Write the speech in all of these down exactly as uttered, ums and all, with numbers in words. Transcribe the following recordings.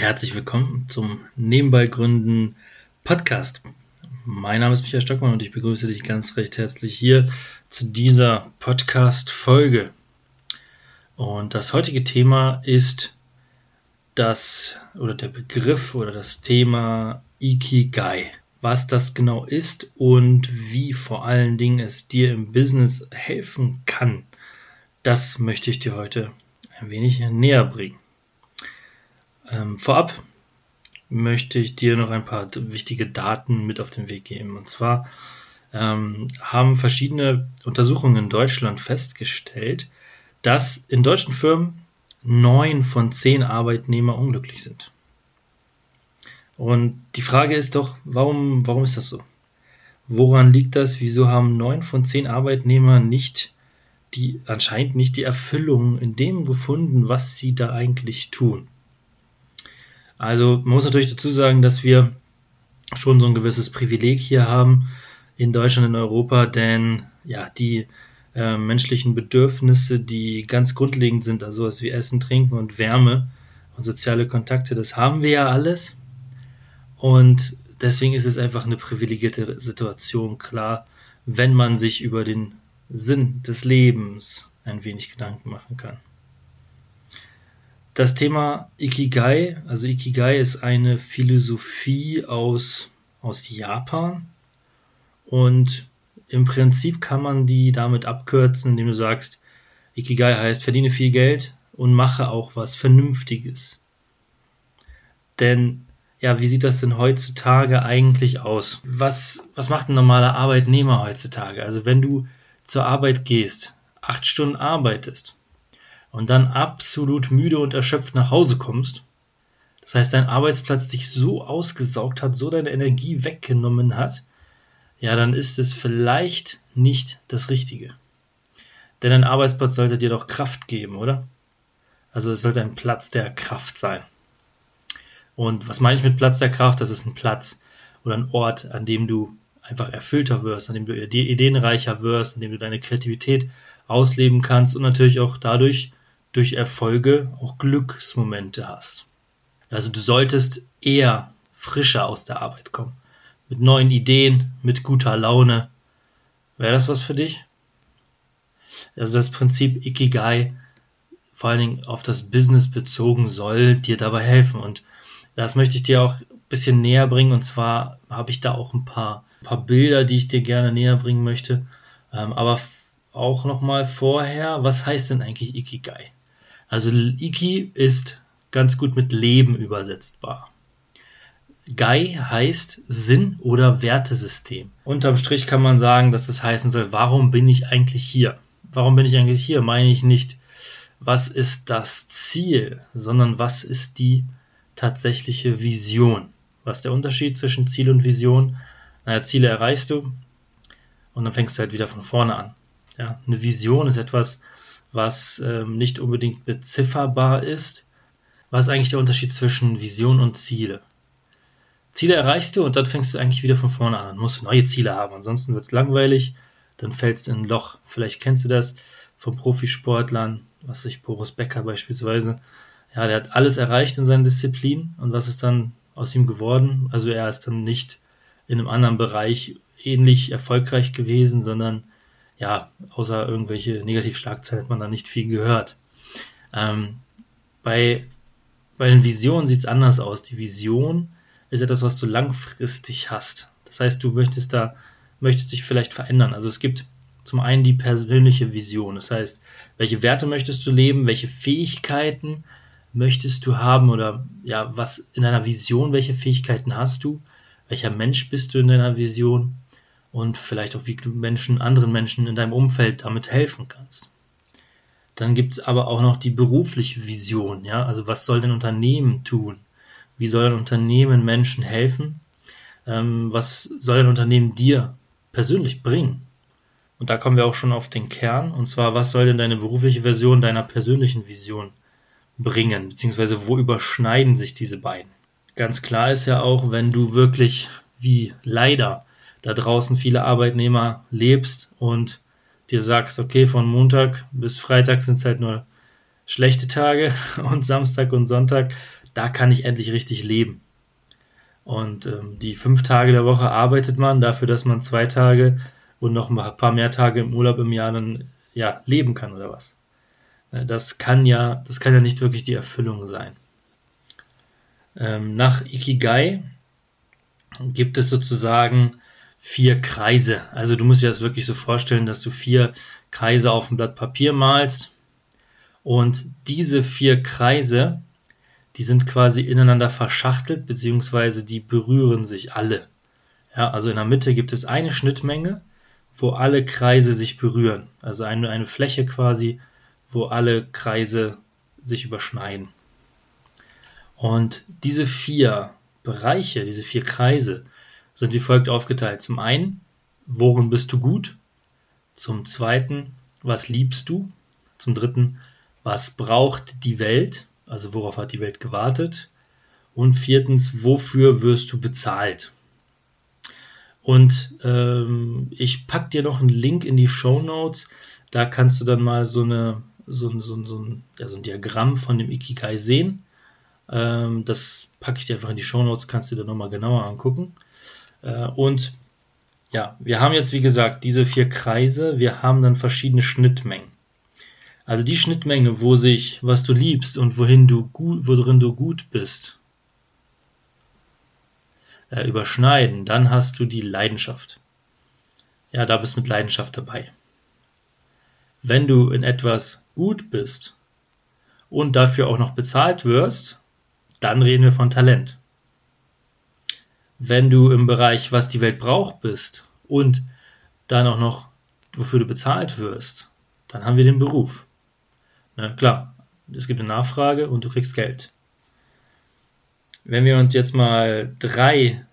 Herzlich willkommen zum Nebenbei Gründen Podcast. Mein Name ist Michael Stockmann und ich begrüße dich ganz recht herzlich hier zu dieser Podcast-Folge. Und das heutige Thema ist das oder der Begriff oder das Thema Ikigai. Was das genau ist und wie vor allen Dingen es dir im Business helfen kann, das möchte ich dir heute ein wenig näher bringen. Ähm, vorab möchte ich dir noch ein paar wichtige Daten mit auf den Weg geben. Und zwar ähm, haben verschiedene Untersuchungen in Deutschland festgestellt, dass in deutschen Firmen neun von zehn Arbeitnehmer unglücklich sind. Und die Frage ist doch, warum, warum ist das so? Woran liegt das? Wieso haben neun von zehn Arbeitnehmer nicht die, anscheinend nicht die Erfüllung in dem gefunden, was sie da eigentlich tun? Also man muss natürlich dazu sagen, dass wir schon so ein gewisses Privileg hier haben in Deutschland, in Europa, denn ja, die äh, menschlichen Bedürfnisse, die ganz grundlegend sind, also sowas wie Essen, Trinken und Wärme und soziale Kontakte, das haben wir ja alles. Und deswegen ist es einfach eine privilegierte Situation, klar, wenn man sich über den Sinn des Lebens ein wenig Gedanken machen kann. Das Thema Ikigai, also Ikigai ist eine Philosophie aus, aus Japan und im Prinzip kann man die damit abkürzen, indem du sagst, Ikigai heißt, verdiene viel Geld und mache auch was Vernünftiges. Denn, ja, wie sieht das denn heutzutage eigentlich aus? Was, was macht ein normaler Arbeitnehmer heutzutage? Also wenn du zur Arbeit gehst, acht Stunden arbeitest, und dann absolut müde und erschöpft nach Hause kommst, das heißt, dein Arbeitsplatz dich so ausgesaugt hat, so deine Energie weggenommen hat, ja, dann ist es vielleicht nicht das Richtige. Denn ein Arbeitsplatz sollte dir doch Kraft geben, oder? Also es sollte ein Platz der Kraft sein. Und was meine ich mit Platz der Kraft? Das ist ein Platz oder ein Ort, an dem du einfach erfüllter wirst, an dem du ideenreicher wirst, an dem du deine Kreativität ausleben kannst und natürlich auch dadurch durch Erfolge auch Glücksmomente hast. Also du solltest eher frischer aus der Arbeit kommen. Mit neuen Ideen, mit guter Laune. Wäre das was für dich? Also das Prinzip Ikigai, vor allen Dingen auf das Business bezogen, soll dir dabei helfen. Und das möchte ich dir auch ein bisschen näher bringen. Und zwar habe ich da auch ein paar, ein paar Bilder, die ich dir gerne näher bringen möchte. Ähm, aber auch nochmal vorher, was heißt denn eigentlich Ikigai? Also Iki ist ganz gut mit Leben übersetzbar. Gai heißt Sinn oder Wertesystem. Unterm Strich kann man sagen, dass es heißen soll, warum bin ich eigentlich hier? Warum bin ich eigentlich hier? Meine ich nicht, was ist das Ziel, sondern was ist die tatsächliche Vision? Was ist der Unterschied zwischen Ziel und Vision? Naja, Ziele erreichst du und dann fängst du halt wieder von vorne an. Ja, eine Vision ist etwas, was ähm, nicht unbedingt bezifferbar ist. Was ist eigentlich der Unterschied zwischen Vision und Ziele? Ziele erreichst du und dann fängst du eigentlich wieder von vorne an. Du musst neue Ziele haben, ansonsten wird es langweilig, dann fällst du in ein Loch. Vielleicht kennst du das von Profisportlern, was ich Boris Becker beispielsweise. Ja, der hat alles erreicht in seinen Disziplinen und was ist dann aus ihm geworden? Also er ist dann nicht in einem anderen Bereich ähnlich erfolgreich gewesen, sondern ja, außer irgendwelche Negativschlagzeilen hat man da nicht viel gehört. Ähm, bei, bei den Visionen sieht es anders aus. Die Vision ist etwas, was du langfristig hast. Das heißt, du möchtest da, möchtest dich vielleicht verändern. Also es gibt zum einen die persönliche Vision. Das heißt, welche Werte möchtest du leben, welche Fähigkeiten möchtest du haben oder ja, was in deiner Vision, welche Fähigkeiten hast du, welcher Mensch bist du in deiner Vision? Und vielleicht auch, wie du Menschen, anderen Menschen in deinem Umfeld damit helfen kannst. Dann gibt es aber auch noch die berufliche Vision. Ja? Also was soll ein Unternehmen tun? Wie soll ein Unternehmen Menschen helfen? Ähm, was soll ein Unternehmen dir persönlich bringen? Und da kommen wir auch schon auf den Kern. Und zwar, was soll denn deine berufliche Version deiner persönlichen Vision bringen? Beziehungsweise wo überschneiden sich diese beiden? Ganz klar ist ja auch, wenn du wirklich, wie leider da draußen viele Arbeitnehmer lebst und dir sagst, okay, von Montag bis Freitag sind es halt nur schlechte Tage und Samstag und Sonntag, da kann ich endlich richtig leben. Und ähm, die fünf Tage der Woche arbeitet man dafür, dass man zwei Tage und noch ein paar mehr Tage im Urlaub im Jahr dann ja leben kann oder was. Das kann ja, das kann ja nicht wirklich die Erfüllung sein. Ähm, nach Ikigai gibt es sozusagen vier Kreise. Also du musst dir das wirklich so vorstellen, dass du vier Kreise auf ein Blatt Papier malst und diese vier Kreise, die sind quasi ineinander verschachtelt, beziehungsweise die berühren sich alle. Ja, also in der Mitte gibt es eine Schnittmenge, wo alle Kreise sich berühren. Also eine, eine Fläche quasi, wo alle Kreise sich überschneiden. Und diese vier Bereiche, diese vier Kreise sind wie folgt aufgeteilt. Zum einen, worin bist du gut? Zum zweiten, was liebst du? Zum dritten, was braucht die Welt? Also worauf hat die Welt gewartet? Und viertens, wofür wirst du bezahlt? Und ähm, ich packe dir noch einen Link in die Shownotes. Da kannst du dann mal so, eine, so, so, so, ein, ja, so ein Diagramm von dem Ikigai sehen. Ähm, das packe ich dir einfach in die Shownotes, kannst du dir nochmal genauer angucken. Äh, und ja, wir haben jetzt wie gesagt diese vier Kreise. Wir haben dann verschiedene Schnittmengen. Also die Schnittmenge, wo sich, was du liebst und wohin du gut, worin du gut bist, äh, überschneiden, dann hast du die Leidenschaft. Ja, da bist du mit Leidenschaft dabei. Wenn du in etwas gut bist und dafür auch noch bezahlt wirst, dann reden wir von Talent. Wenn du im Bereich, was die Welt braucht, bist und dann auch noch, wofür du bezahlt wirst, dann haben wir den Beruf. Na klar, es gibt eine Nachfrage und du kriegst Geld. Wenn wir uns jetzt mal drei,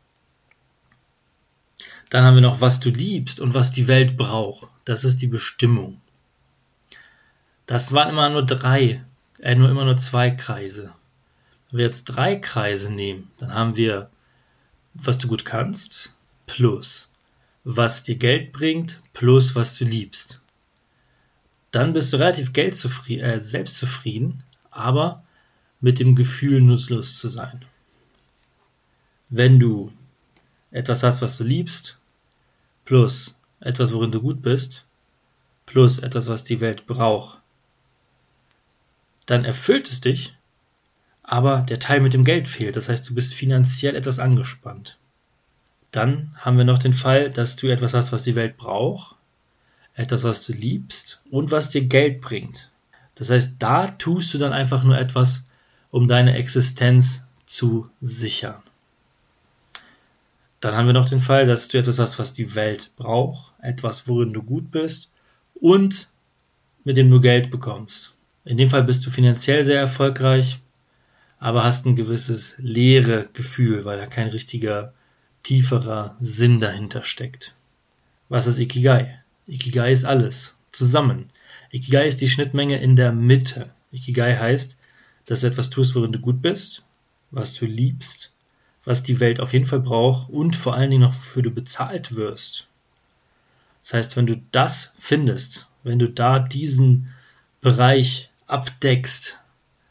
dann haben wir noch, was du liebst und was die Welt braucht. Das ist die Bestimmung. Das waren immer nur drei, äh, nur immer nur zwei Kreise. Wenn wir jetzt drei Kreise nehmen, dann haben wir, was du gut kannst, plus, was dir Geld bringt, plus, was du liebst. Dann bist du relativ geldzufrieden, äh, selbstzufrieden, aber mit dem Gefühl, nutzlos zu sein. Wenn du etwas hast, was du liebst, plus etwas, worin du gut bist, plus etwas, was die Welt braucht, dann erfüllt es dich, aber der Teil mit dem Geld fehlt. Das heißt, du bist finanziell etwas angespannt. Dann haben wir noch den Fall, dass du etwas hast, was die Welt braucht, etwas, was du liebst und was dir Geld bringt. Das heißt, da tust du dann einfach nur etwas, um deine Existenz zu sichern. Dann haben wir noch den Fall, dass du etwas hast, was die Welt braucht, etwas, worin du gut bist und mit dem du Geld bekommst. In dem Fall bist du finanziell sehr erfolgreich, aber hast ein gewisses leere Gefühl, weil da kein richtiger, tieferer Sinn dahinter steckt. Was ist Ikigai? Ikigai ist alles, zusammen. Ikigai ist die Schnittmenge in der Mitte. Ikigai heißt, dass du etwas tust, worin du gut bist, was du liebst, was die Welt auf jeden Fall braucht und vor allen Dingen noch, wofür du bezahlt wirst. Das heißt, wenn du das findest, wenn du da diesen Bereich abdeckst,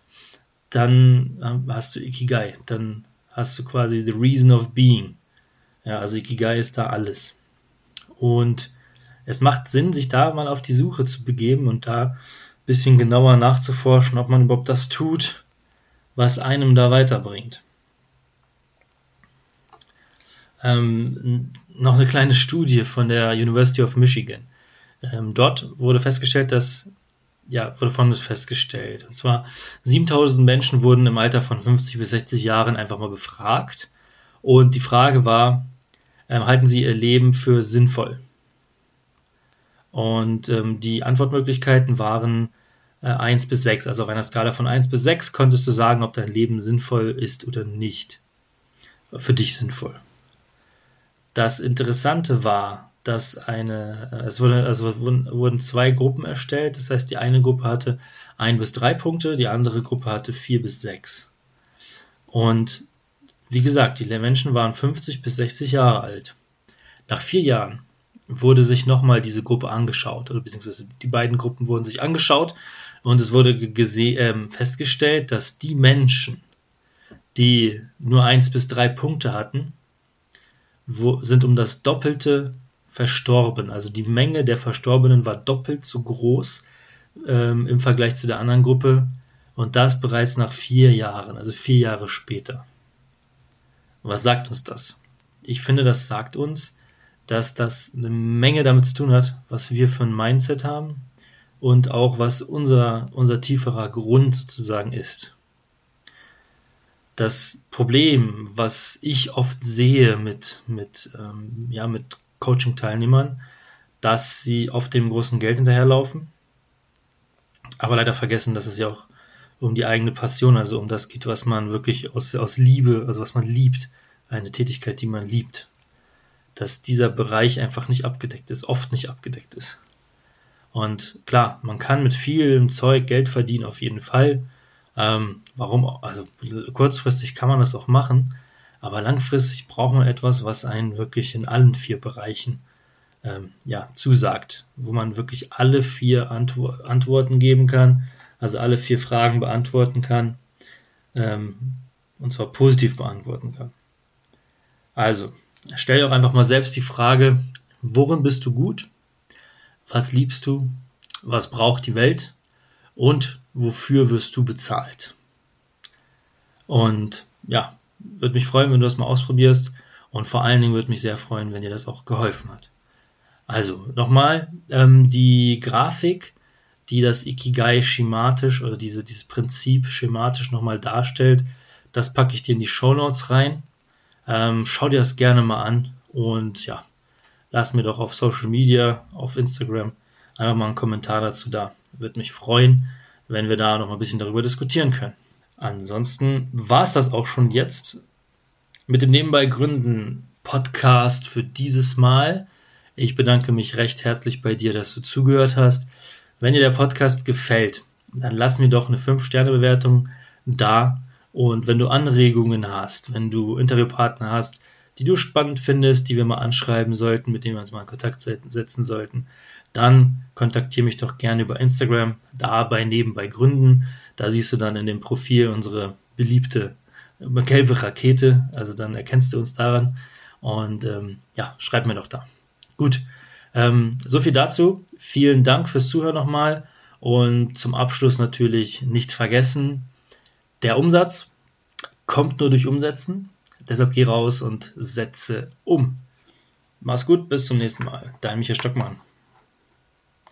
dann hast du Ikigai, dann hast du quasi the reason of being. Ja, also Ikigai ist da alles. Und es macht Sinn, sich da mal auf die Suche zu begeben und da ein bisschen genauer nachzuforschen, ob man überhaupt das tut, was einem da weiterbringt. Ähm, noch eine kleine Studie von der University of Michigan. Ähm, dort wurde festgestellt, dass, ja, wurde Folgendes festgestellt. Und zwar siebentausend Menschen wurden im Alter von fünfzig bis sechzig Jahren einfach mal befragt. Und die Frage war, ähm, halten sie ihr Leben für sinnvoll? Und ähm, die Antwortmöglichkeiten waren äh, eins bis sechs. Also auf einer Skala von eins bis sechs konntest du sagen, ob dein Leben sinnvoll ist oder nicht. Für dich sinnvoll. Das Interessante war, dass eine, es wurde, also wurden, wurden zwei Gruppen erstellt. Das heißt, die eine Gruppe hatte ein bis drei Punkte, die andere Gruppe hatte vier bis sechs. Und wie gesagt, die Menschen waren fünfzig bis sechzig Jahre alt. Nach vier Jahren wurde sich nochmal diese Gruppe angeschaut, oder beziehungsweise die beiden Gruppen wurden sich angeschaut und es wurde gese- äh, festgestellt, dass die Menschen, die nur eins bis drei Punkte hatten, wo, sind um das Doppelte verstorben. Also die Menge der Verstorbenen war doppelt so groß ähm, im Vergleich zu der anderen Gruppe und das bereits nach vier Jahren, also vier Jahre später. Was sagt uns das? Ich finde, das sagt uns, dass das eine Menge damit zu tun hat, was wir für ein Mindset haben und auch was unser, unser tieferer Grund sozusagen ist. Das Problem, was ich oft sehe mit, mit, ähm, ja, mit Coaching-Teilnehmern, dass sie oft dem großen Geld hinterherlaufen, aber leider vergessen, dass es ja auch um die eigene Passion, also um das geht, was man wirklich aus, aus Liebe, also was man liebt, eine Tätigkeit, die man liebt, dass dieser Bereich einfach nicht abgedeckt ist, oft nicht abgedeckt ist. Und klar, man kann mit vielem Zeug Geld verdienen, auf jeden Fall. Ähm, warum? Also kurzfristig kann man das auch machen, aber langfristig braucht man etwas, was einen wirklich in allen vier Bereichen ähm, ja, zusagt, wo man wirklich alle vier Antwo- Antworten geben kann, also alle vier Fragen beantworten kann, ähm, und zwar positiv beantworten kann. Also, stell dir auch einfach mal selbst die Frage, worin bist du gut? Was liebst du? Was braucht die Welt? Und wofür wirst du bezahlt? Und ja, würde mich freuen, wenn du das mal ausprobierst. Und vor allen Dingen würde mich sehr freuen, wenn dir das auch geholfen hat. Also, nochmal, ähm, die Grafik, die das Ikigai schematisch oder diese, dieses Prinzip schematisch nochmal darstellt, das packe ich dir in die Shownotes rein. Ähm, schau dir das gerne mal an und ja, lass mir doch auf Social Media, auf Instagram einfach mal einen Kommentar dazu da. Würde mich freuen, wenn wir da noch mal ein bisschen darüber diskutieren können. Ansonsten war es das auch schon jetzt mit dem Nebenbei Gründen Podcast für dieses Mal. Ich bedanke mich recht herzlich bei dir, dass du zugehört hast. Wenn dir der Podcast gefällt, dann lass mir doch eine fünf Sterne Bewertung da. Und wenn du Anregungen hast, wenn du Interviewpartner hast, die du spannend findest, die wir mal anschreiben sollten, mit denen wir uns mal in Kontakt setzen sollten, dann kontaktiere mich doch gerne über Instagram, da bei Nebenbei Gründen. Da siehst du dann in dem Profil unsere beliebte gelbe Rakete, also dann erkennst du uns daran. Und ähm, ja, schreib mir doch da. Gut, ähm, so viel dazu. Vielen Dank fürs Zuhören nochmal. Und zum Abschluss natürlich nicht vergessen, der Umsatz kommt nur durch Umsetzen. Deshalb geh raus und setze um. Mach's gut, bis zum nächsten Mal. Dein Michael Stockmann.